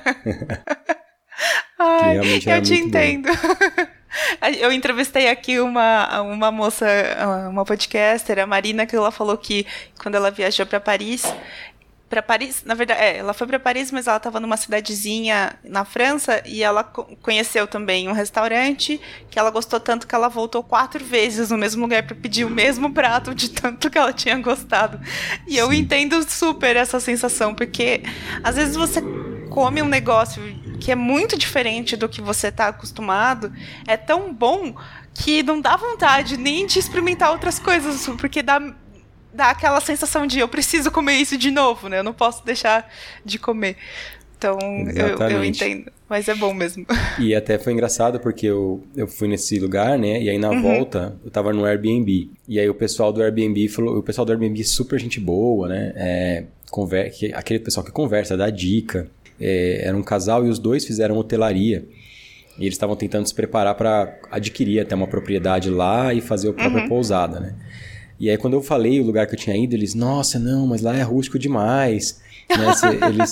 Ai, que realmente era eu te muito entendo. Eu entrevistei aqui uma, uma moça, uma podcaster, a Marina, que ela falou que quando ela viajou para Paris... Para Paris, na verdade, é, ela foi para Paris, mas ela estava numa cidadezinha na França e ela conheceu também um restaurante que ela gostou tanto que ela voltou quatro vezes no mesmo lugar para pedir o mesmo prato de tanto que ela tinha gostado. E eu entendo super essa sensação, porque às vezes você come um negócio que é muito diferente do que você está acostumado, é tão bom que não dá vontade nem de experimentar outras coisas, porque dá... dá aquela sensação de eu preciso comer isso de novo, né? Eu não posso deixar de comer. Então, eu, eu entendo. Mas é bom mesmo. E até foi engraçado porque eu, eu fui nesse lugar, né? E aí na uhum. volta, eu tava no Airbnb. E aí o pessoal do Airbnb falou... O pessoal do Airbnb é super gente boa, né? É, conver, aquele pessoal que conversa, dá dica. É, era um casal e os dois fizeram hotelaria. E eles estavam tentando se preparar para adquirir até uma propriedade lá e fazer a própria uhum. pousada, né? E aí, quando eu falei o lugar que eu tinha ido, eles... Nossa, não, mas lá é rústico demais. Né? Se, eles,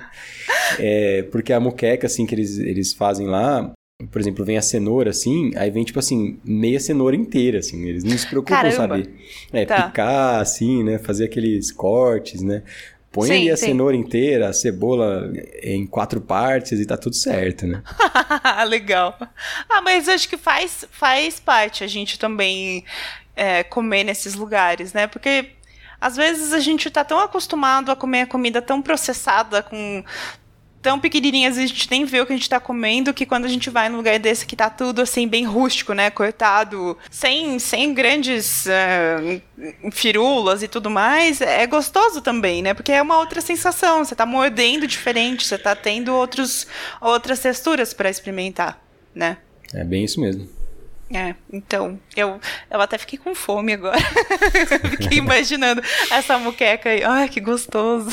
é, porque a moqueca, assim, que eles, eles fazem lá... Por exemplo, vem a cenoura, assim... Aí vem, tipo assim, meia cenoura inteira, assim. Eles não se preocupam, Caramba. sabe? É, tá. Picar, assim, né? Fazer aqueles cortes, né? Põe sim, ali a sim. cenoura inteira, a cebola em quatro partes e tá tudo certo, né? Legal. Ah, mas acho que faz, faz parte a gente também... É, comer nesses lugares, né? Porque às vezes a gente tá tão acostumado a comer a comida tão processada, com tão pequenininhas, a gente nem vê o que a gente tá comendo, que quando a gente vai num lugar desse que tá tudo assim bem rústico, né? Cortado, sem, sem grandes uh, firulas e tudo mais, é gostoso também, né? Porque é uma outra sensação, você tá mordendo diferente, você tá tendo outros, outras texturas para experimentar, né? É bem isso mesmo. É, então, eu, eu até fiquei com fome agora. Fiquei imaginando essa moqueca aí. Ai, que gostoso.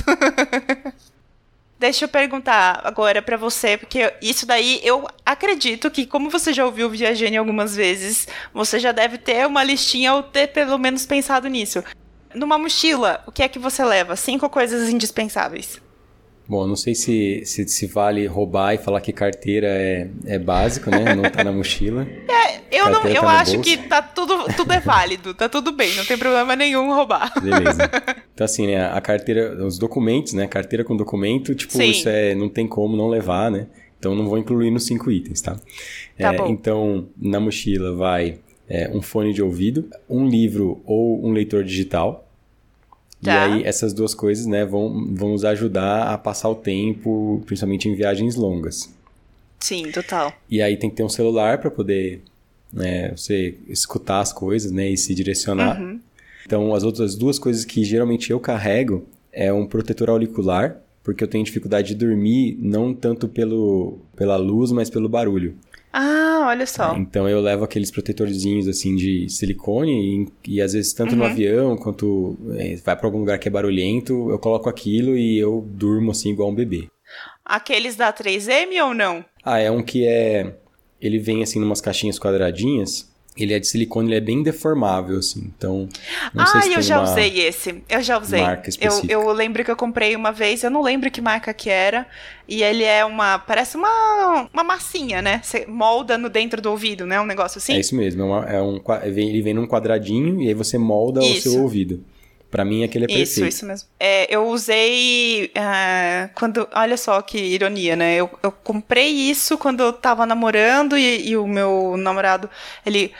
Deixa eu perguntar agora pra você, porque isso daí eu acredito que, como você já ouviu Viajando algumas vezes, você já deve ter uma listinha ou ter pelo menos pensado nisso. Numa mochila, o que é que você leva? Cinco coisas indispensáveis. Bom, não sei se, se, se vale roubar e falar que carteira é, é básico, né? Não tá na mochila. É, eu, não, eu tá acho que tá tudo, tudo é válido, tá tudo bem, não tem problema nenhum roubar. Beleza. Então assim, né, a carteira, os documentos, né? Carteira com documento, tipo, Sim. isso é, não tem como não levar, né? Então não vou incluir nos cinco itens, tá? Tá é, bom. Então, na mochila vai é, um fone de ouvido, um livro ou um leitor digital. Tá. E aí, essas duas coisas, né, vão, vão nos ajudar a passar o tempo, principalmente em viagens longas. Sim, total. E aí tem que ter um celular para poder, né, você escutar as coisas, né, e se direcionar. Uhum. Então, as outras duas coisas que geralmente eu carrego é um protetor auricular, porque eu tenho dificuldade de dormir, não tanto pelo, pela luz, mas pelo barulho. Ah, Ah, olha só. É, então eu levo aqueles protetorzinhos assim de silicone e, e às vezes tanto uhum. no avião quanto é, vai pra algum lugar que é barulhento, eu coloco aquilo e eu durmo assim igual um bebê. Aqueles da três M ou não? Ah, é um que é... Ele vem assim numas caixinhas quadradinhas. Ele é de silicone, ele é bem deformável, assim, então... Não ah, sei se eu tem já uma usei esse, eu já usei. Marca específica. Eu, eu lembro que eu comprei uma vez, eu não lembro que marca que era, e ele é uma, parece uma, uma massinha, né? Você molda no dentro do ouvido, né? Um negócio assim? É isso mesmo, é, uma, é um, ele vem num quadradinho e aí você molda isso. o seu ouvido. Pra mim, aquele é perfeito. Isso, isso mesmo. É, eu usei uh, quando... Olha só que ironia, né? Eu, eu comprei isso quando eu tava namorando e, e o meu namorado, ele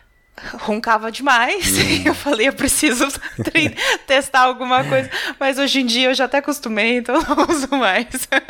roncava demais. Hum. Eu falei, eu preciso testar alguma coisa. Mas hoje em dia eu já até acostumei, então eu não uso mais.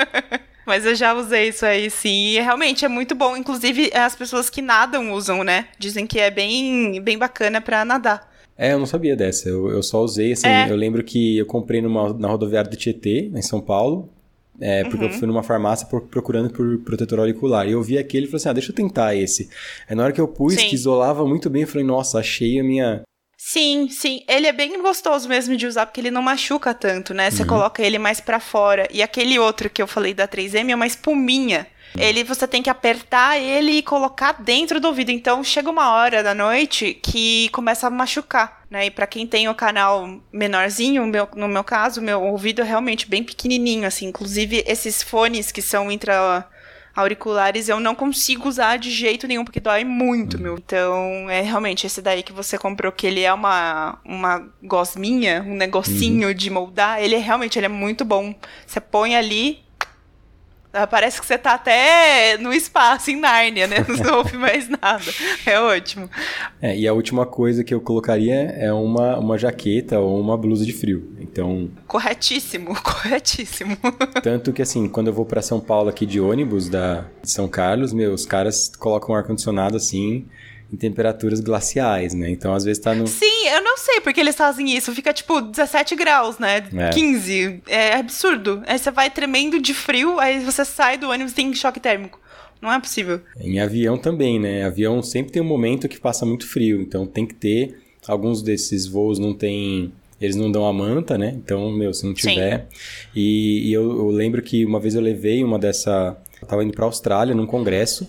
Mas eu já usei isso aí, sim. E realmente é muito bom. Inclusive, as pessoas que nadam usam, né? Dizem que é bem, bem bacana pra nadar. É, eu não sabia dessa, eu, eu só usei, assim, é. eu lembro que eu comprei numa, na rodoviária do Tietê, em São Paulo, é, porque uhum. eu fui numa farmácia por, procurando por protetor auricular, e eu vi aquele e falei assim, ah, deixa eu tentar esse. Aí na hora que eu pus, sim. que isolava muito bem, eu falei, nossa, achei a minha... Sim, sim, ele é bem gostoso mesmo de usar, porque ele não machuca tanto, né, você uhum. coloca ele mais pra fora, e aquele outro que eu falei da três M é uma espuminha. Ele, você tem que apertar ele e colocar dentro do ouvido. Então, chega uma hora da noite que começa a machucar, né? E pra quem tem o canal menorzinho, meu, no meu caso, meu ouvido é realmente bem pequenininho, assim. Inclusive, esses fones que são intra-auriculares, eu não consigo usar de jeito nenhum, porque dói muito, meu. Então, é realmente esse daí que você comprou, que ele é uma, uma gosminha, um negocinho uhum. de moldar. Ele é realmente, ele é muito bom. Você põe ali... Parece que você tá até no espaço, em Nárnia, né? Não ouve mais nada. É ótimo. É, e a última coisa que eu colocaria é uma, uma jaqueta ou uma blusa de frio. Então... Corretíssimo, corretíssimo. Tanto que, assim, quando eu vou pra São Paulo aqui de ônibus da, de São Carlos, meus caras colocam um ar-condicionado, assim... em temperaturas glaciais, né? Então, às vezes tá no... Sim, eu não sei porque eles fazem isso. Fica, tipo, dezessete graus, né? É. quinze. É absurdo. Aí você vai tremendo de frio, aí você sai do ônibus e tem choque térmico. Não é possível. Em avião também, né? Avião sempre tem um momento que passa muito frio. Então, tem que ter... Alguns desses voos não tem... Eles não dão a manta, né? Então, meu, se não tiver... Sim. E, e eu, eu lembro que uma vez eu levei uma dessa... Eu tava indo pra Austrália, num congresso.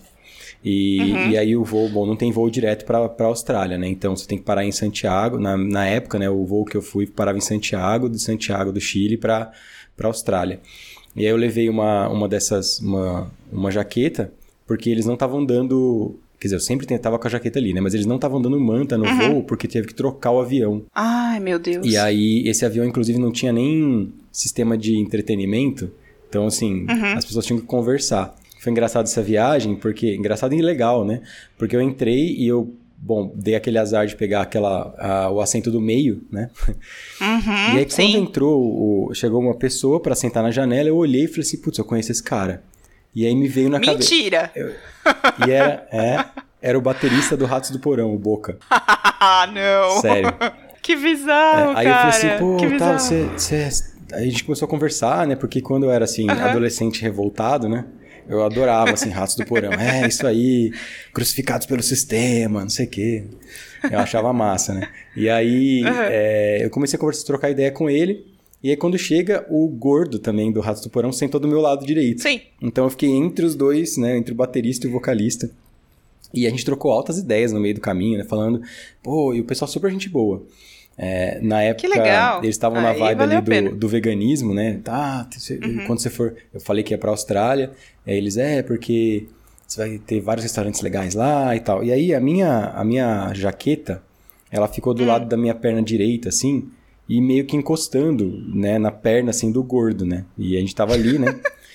E, uhum. e aí o voo, bom, não tem voo direto para a Austrália, né? Então você tem que parar em Santiago. Na, na época, né, o voo que eu fui parava em Santiago, de Santiago do Chile para a Austrália. E aí eu levei uma, uma dessas, uma, uma jaqueta, porque eles não estavam dando... Quer dizer, eu sempre tentava com a jaqueta ali, né? Mas eles não estavam dando manta no uhum. voo, porque teve que trocar o avião. Ai, meu Deus. E aí esse avião, inclusive, não tinha nem sistema de entretenimento. Então, assim, uhum. as pessoas tinham que conversar. Foi engraçado essa viagem, porque... Engraçado e legal, né? Porque eu entrei e eu... Bom, dei aquele azar de pegar aquela, a, o assento do meio, né? Uhum, e aí, quando sim. entrou... O, chegou uma pessoa pra sentar na janela, eu olhei e falei assim... Putz, eu conheço esse cara. E aí me veio na cabeça... Mentira! Eu, e era... É, era o baterista do Ratos do Porão, o Boca. Ah, não! Sério. Que bizarro, é, aí cara! Aí eu falei assim, pô, que tá, você, você... Aí a gente começou a conversar, né? Porque quando eu era, assim, uhum. adolescente revoltado, né? Eu adorava, assim, Ratos do Porão. É, isso aí, crucificados pelo sistema, não sei o quê. Eu achava massa, né? E aí, uhum. é, eu comecei a conversar, trocar ideia com ele. E aí, quando chega, o gordo também do Ratos do Porão sentou do meu lado direito. Sim. Então, eu fiquei entre os dois, né? Entre o baterista e o vocalista. E a gente trocou altas ideias no meio do caminho, né? Falando, pô, e o pessoal super gente boa. É, na época, que legal. Eles estavam na vibe ali do, do veganismo, né? Tá, uhum. Quando você for... Eu falei que ia pra Austrália. Aí eles, é, porque você vai ter vários restaurantes legais lá e tal. E aí, a minha, a minha jaqueta, ela ficou do hum. lado da minha perna direita, assim, e meio que encostando, né, na perna, assim, do gordo, né? E a gente tava ali, né?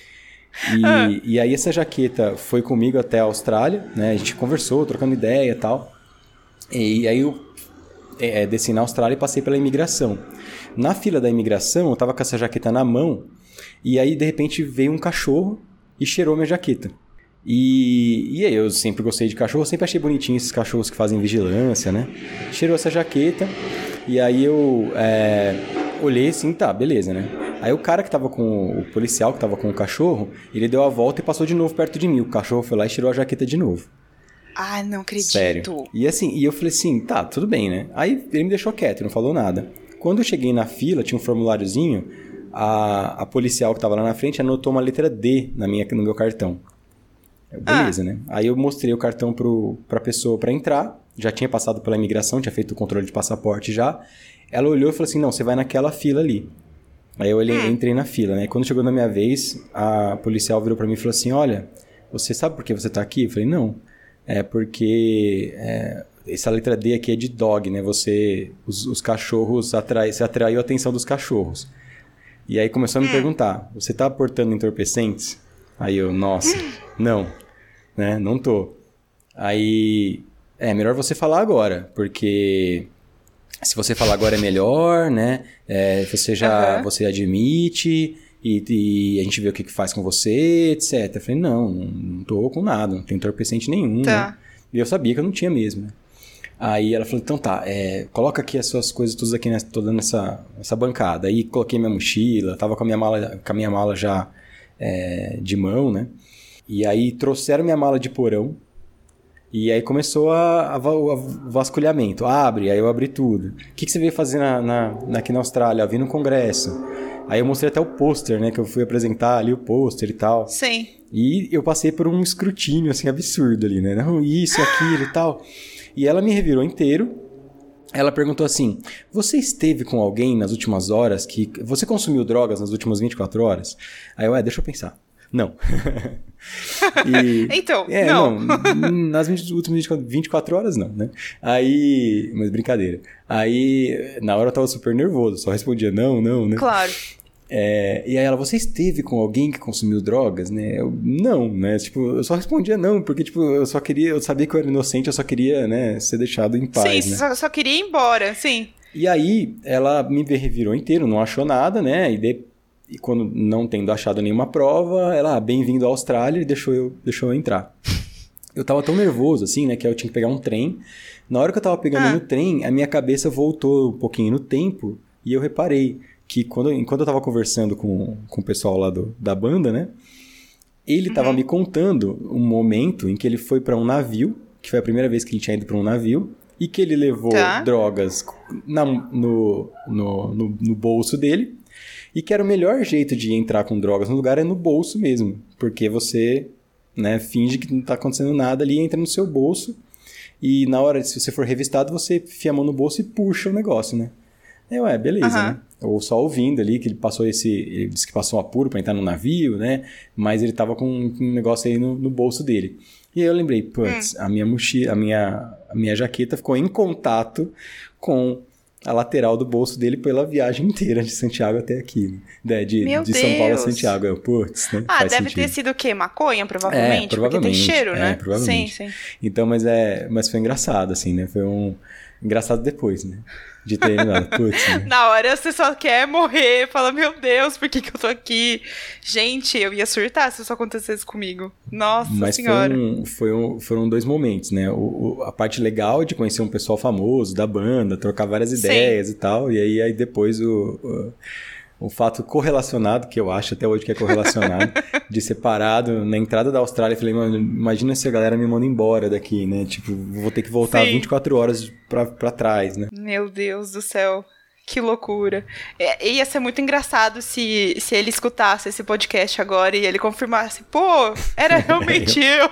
E, ah. e aí, essa jaqueta foi comigo até a Austrália, né? A gente conversou, trocando ideia e tal. E aí, eu é, desci na Austrália e passei pela imigração. Na fila da imigração, eu tava com essa jaqueta na mão, e aí, de repente, veio um cachorro e cheirou minha jaqueta. E, e aí, eu sempre gostei de cachorro, sempre achei bonitinho esses cachorros que fazem vigilância, né? Cheirou essa jaqueta, e aí eu é, olhei assim, tá, beleza, né? Aí o cara que tava com, o policial que tava com o cachorro, ele deu a volta e passou de novo perto de mim. O cachorro foi lá e cheirou a jaqueta de novo. Ah, não acredito. Sério. E assim, e eu falei assim, tá, tudo bem, né? Aí ele me deixou quieto, não falou nada. Quando eu cheguei na fila, tinha um formuláriozinho, a, a policial que tava lá na frente anotou uma letra D na minha, no meu cartão. Beleza, ah. né? Aí eu mostrei o cartão pro, pra pessoa pra entrar, já tinha passado pela imigração, tinha feito o controle de passaporte já. Ela olhou e falou assim, não, você vai naquela fila ali. Aí eu olhei, hum. entrei na fila, né? Quando chegou na minha vez, a policial virou pra mim e falou assim, olha, você sabe por que você tá aqui? Eu falei, não. É porque é, essa letra D aqui é de dog, né? Você, os, os cachorros, atrai, você atraiu a atenção dos cachorros. E aí começou a me hum. perguntar, você tá portando entorpecentes? Aí eu, nossa, hum. não, né? Não tô. Aí, é melhor você falar agora, porque se você falar agora é melhor, né? É, você já, uhum. você admite... E, e a gente vê o que, que faz com você, etcétera. Eu falei, não, não, não tô com nada, não tenho entorpecente nenhum, tá. né? E eu sabia que eu não tinha mesmo, né? Aí ela falou, então tá, é, coloca aqui as suas coisas todas aqui nessa, toda nessa, nessa bancada. Aí coloquei minha mochila, tava com a minha mala, com a minha mala já é, de mão, né? E aí trouxeram minha mala de porão. E aí começou a, a, o vasculhamento. Abre, aí eu abri tudo. O que, que você veio fazer na, na, aqui na Austrália? Eu vim no congresso. Aí eu mostrei até o pôster, né? Que eu fui apresentar ali o pôster e tal. Sim. E eu passei por um escrutínio, assim, absurdo ali, né? Não, isso, aquilo e tal. E ela me revirou inteiro. Ela perguntou assim, você esteve com alguém nas últimas horas que... Você consumiu drogas nas últimas vinte e quatro horas? Aí eu, é, deixa eu pensar. Não. e, então, é, não. não. Nas últimas vinte e quatro horas, não, né? Aí... Mas brincadeira. Aí, na hora eu tava super nervoso. Só respondia não, não, né? Claro. É, e aí ela, você esteve com alguém que consumiu drogas, né? Eu, não, né? Tipo, eu só respondia não, porque, tipo, eu só queria... Eu sabia que eu era inocente, eu só queria, né? Ser deixado em paz, sim, né? só, só queria ir embora, sim. E aí, ela me revirou inteiro, não achou nada, né? E, de, e quando não tendo achado nenhuma prova, ela, ah, bem-vindo à Austrália, e deixou eu, deixou eu entrar. Eu tava tão nervoso, assim, né? Que eu tinha que pegar um trem. Na hora que eu tava pegando ah. no trem, a minha cabeça voltou um pouquinho no tempo e eu reparei que quando, enquanto eu tava conversando com, com o pessoal lá do, da banda, né? Ele tava uhum. me contando um momento em que ele foi pra um navio, que foi a primeira vez que ele tinha ido pra um navio, e que ele levou tá. drogas na, no, no, no, no bolso dele, e que era o melhor jeito de entrar com drogas no lugar é no bolso mesmo, porque você, né, finge que não tá acontecendo nada ali, entra no seu bolso, e na hora, se você for revistado, você enfia a mão no bolso e puxa o negócio, né? Eu, é, beleza, uhum. né? Ou só ouvindo ali que ele passou esse... Ele disse que passou um apuro pra entrar no navio, né? Mas ele tava com um negócio aí no, no bolso dele. E aí eu lembrei, putz, hum. a minha mochila, a minha, a minha jaqueta ficou em contato com a lateral do bolso dele pela viagem inteira de Santiago até aqui. Né? De, de, de São Paulo a Santiago. Eu, putz, né? Ah, Faz deve sentido. ter sido o quê? Maconha, provavelmente? É, provavelmente. Porque tem cheiro, é, né? provavelmente. Sim, sim. Então, mas, é, mas foi engraçado, assim, né? Foi um... Engraçado depois, né? De ter ido, putz, né? Na hora você só quer morrer, fala, meu Deus, por que que eu tô aqui? Gente, eu ia surtar se isso acontecesse comigo. Nossa Mas senhora. Mas um, foi um, foram dois momentos, né? O, o, a parte legal de conhecer um pessoal famoso da banda, trocar várias ideias Sim. e tal. E aí, aí depois o... o o fato correlacionado, que eu acho até hoje que é correlacionado, de ser parado na entrada da Austrália. Eu falei, mano, imagina se a galera me manda embora daqui, né? Tipo, vou ter que voltar Sim. vinte e quatro horas pra, pra trás, né? Meu Deus do céu. Que loucura. É, ia ser muito engraçado se, se ele escutasse esse podcast agora e ele confirmasse, pô, era realmente eu.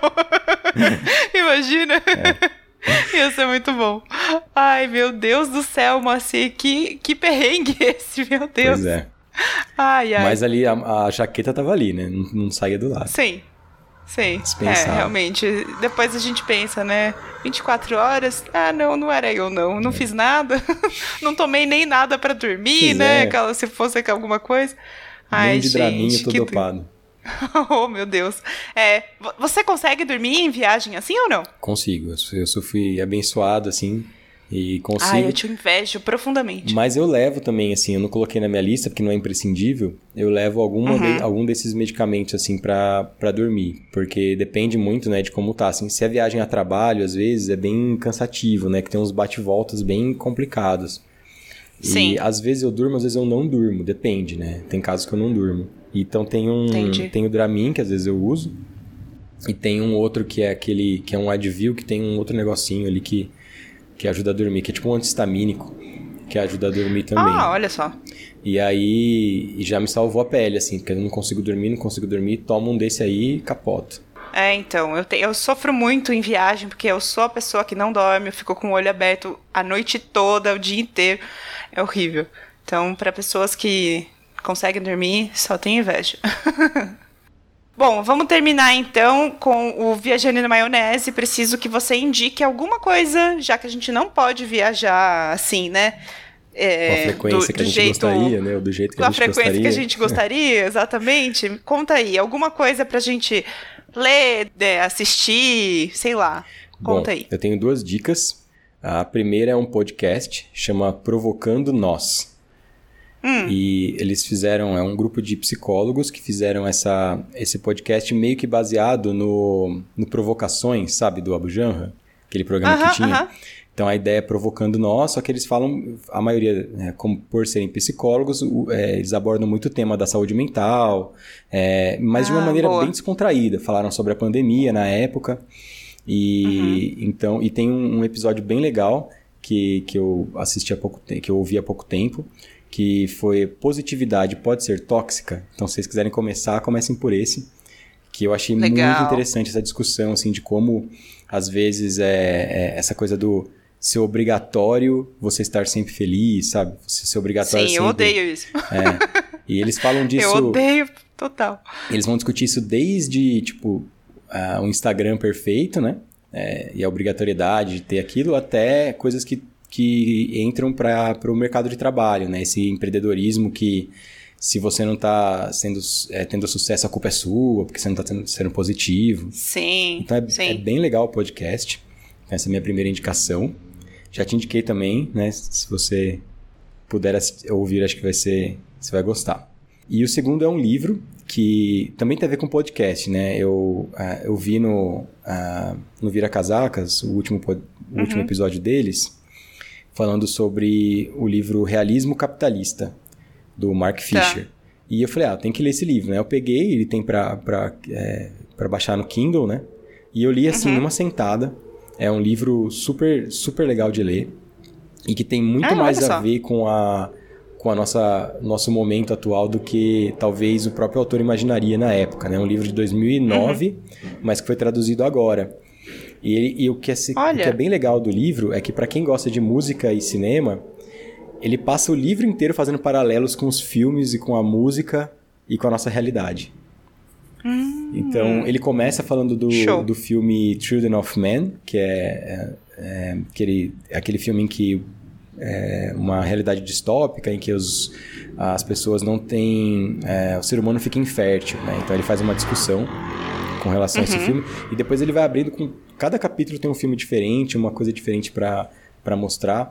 Imagina. É. Ia ser muito bom. Ai, meu Deus do céu, Moacir, que, que perrengue esse, meu Deus. Pois é. Ai, ai. Mas ali, a, a jaqueta tava ali, né? Não, não saía do lado. Sim, sim. É, realmente. Depois a gente pensa, né? vinte e quatro horas? Ah, não, não era eu, não. Não é. fiz nada. Não tomei nem nada pra dormir, pois né? É. Aquela, se fosse alguma coisa. Ai, de gente. draminho, tô que... dopado. Oh, meu Deus. É, você consegue dormir em viagem assim ou não? Consigo. Eu só fui abençoado, assim, e consigo. Ai, eu te invejo profundamente. Mas eu levo também, assim, eu não coloquei na minha lista, porque não é imprescindível, eu levo alguma uhum. de, algum desses medicamentos, assim, pra, pra dormir. Porque depende muito, né, de como tá. Assim, se a viagem a trabalho, às vezes, é bem cansativo, né, que tem uns bate-voltas bem complicados. Sim. E às vezes eu durmo, às vezes eu não durmo, depende, né? Tem casos que eu não durmo. Então tem um tem o Dramin, que às vezes eu uso. E tem um outro que é aquele, que é um Advil, que tem um outro negocinho ali que, que ajuda a dormir, que é tipo um anti-histamínico, que ajuda a dormir também. Ah, olha só. E aí, já me salvou a pele, assim, porque eu não consigo dormir, não consigo dormir, tomo um desse aí e capoto. É, então, eu, te, eu sofro muito em viagem, porque eu sou a pessoa que não dorme, eu fico com o olho aberto a noite toda, o dia inteiro, é horrível. Então, para pessoas que conseguem dormir, só tenho inveja. Bom, vamos terminar então com o Viajando na Maionese. Preciso que você indique alguma coisa, já que a gente não pode viajar assim, né? É, com a frequência do, que a gente jeito, gostaria, né? Ou do jeito que a gente gostaria. Com a frequência que a gente gostaria, exatamente. Conta aí, alguma coisa pra gente ler, assistir, sei lá. Conta Bom, aí. Eu tenho duas dicas. A primeira é um podcast, chama Provocando Nós. Hum. E eles fizeram, é um grupo de psicólogos que fizeram essa, esse podcast meio que baseado no, no Provocações, sabe, do Abu Janra, aquele programa uh-huh, que tinha. Uh-huh. Então a ideia é Provocando Nós, só que eles falam, a maioria, né, como por serem psicólogos, é, eles abordam muito o tema da saúde mental, é, mas ah, de uma maneira boa. bem descontraída. Falaram sobre a pandemia na época, e, uhum. então, e tem um, um episódio bem legal que, que eu assisti há pouco tempo, que eu ouvi há pouco tempo, que foi Positividade Pode Ser Tóxica. Então, se vocês quiserem começar, comecem por esse, que eu achei Legal. muito interessante essa discussão, assim, de como, às vezes, é, é essa coisa do ser obrigatório você estar sempre feliz, sabe? Você ser obrigatório Sim, sempre... eu odeio isso. É, e eles falam disso... Eu odeio total. Eles vão discutir isso desde, tipo, uh, o Instagram perfeito, né? É, e a obrigatoriedade de ter aquilo, até coisas que que entram para o mercado de trabalho, né? Esse empreendedorismo que, se você não está sendo, é, tendo sucesso, a culpa é sua, porque você não está sendo positivo. Sim, Então, é, sim. é bem legal o podcast. Essa é a minha primeira indicação. Já te indiquei também, né? Se você puder ouvir, acho que vai ser, você vai gostar. E o segundo é um livro que também tem a ver com podcast, né? Eu, uh, eu vi no, uh, no Vira Casacas, o último, o uhum. último episódio deles, falando sobre o livro Realismo Capitalista, do Mark Fisher. Tá. E eu falei, ah, tem que ler esse livro, né? Eu peguei, ele tem pra, pra, é, pra baixar no Kindle, né? E eu li assim, uhum. numa sentada. É um livro super, super legal de ler. E que tem muito ah, mais a ver com a, com a nossa nosso momento atual do que talvez o próprio autor imaginaria na época, né? Um livro de dois mil e nove, uhum. mas que foi traduzido agora. E, ele, e o, que é, o que é bem legal do livro é que, para quem gosta de música e cinema, ele passa o livro inteiro fazendo paralelos com os filmes e com a música e com a nossa realidade. Hum. Então, ele começa falando do, do filme Children of Men, que é, é, é aquele, aquele filme em que é uma realidade distópica, em que os, as pessoas não têm... É, o ser humano fica infértil, né? Então, ele faz uma discussão com relação uhum. a esse filme, e depois ele vai abrindo com... Cada capítulo tem um filme diferente, uma coisa diferente para para mostrar,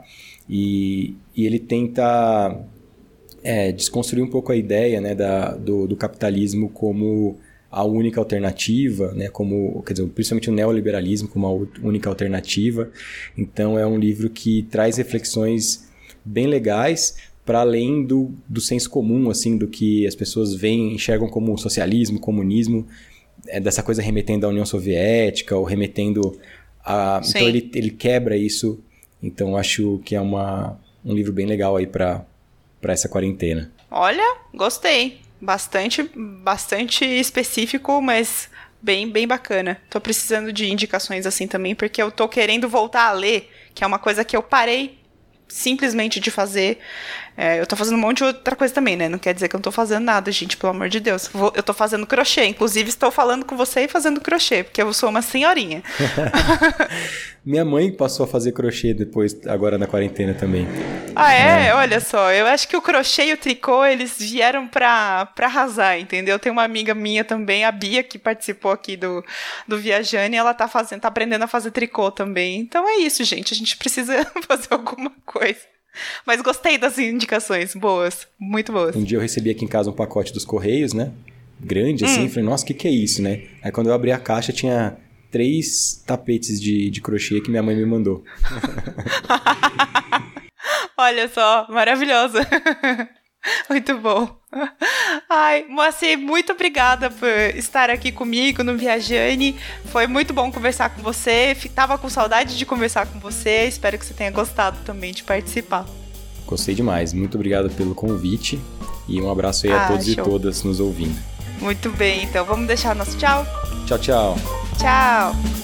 e, e ele tenta é, desconstruir um pouco a ideia, né, da, do, do capitalismo como a única alternativa, né, como, quer dizer, principalmente o neoliberalismo como a única alternativa. Então é um livro que traz reflexões bem legais, para além do, do senso comum, assim, do que as pessoas veem, enxergam como socialismo, comunismo, é dessa coisa remetendo à União Soviética ou remetendo a... Sim. Então ele, ele quebra isso. Então acho que é uma, um livro bem legal aí para para essa quarentena. Olha, gostei. Bastante, bastante específico, mas bem, bem bacana. Tô precisando de indicações assim também, porque eu tô querendo voltar a ler, que é uma coisa que eu parei simplesmente de fazer. É, eu tô fazendo um monte de outra coisa também, né? Não quer dizer que eu não tô fazendo nada, gente, pelo amor de Deus. Vou, eu tô fazendo crochê, inclusive estou falando com você e fazendo crochê, porque eu sou uma senhorinha. Minha mãe passou a fazer crochê depois, agora na quarentena também. Ah, é? é? Olha só, eu acho que o crochê e o tricô, eles vieram pra, pra arrasar, entendeu? Tem uma amiga minha também, a Bia, que participou aqui do, do Viajane, e ela tá, fazendo, tá aprendendo a fazer tricô também. Então é isso, gente, a gente precisa fazer alguma coisa. Mas gostei das indicações, boas, muito boas. Um dia eu recebi aqui em casa um pacote dos Correios, né? Grande assim, hum. falei, nossa, o que que é isso, né? Aí quando eu abri a caixa tinha três tapetes de, de crochê que minha mãe me mandou. Olha só, maravilhosa. Muito bom. Ai, Moacir, muito obrigada por estar aqui comigo no Viajane. Foi muito bom conversar com você. Tava com saudade de conversar com você. Espero que você tenha gostado também de participar. Gostei demais. Muito obrigado pelo convite. E um abraço aí ah, a todos show. e todas nos ouvindo. Muito bem, então vamos deixar nosso tchau? Tchau, tchau. Tchau.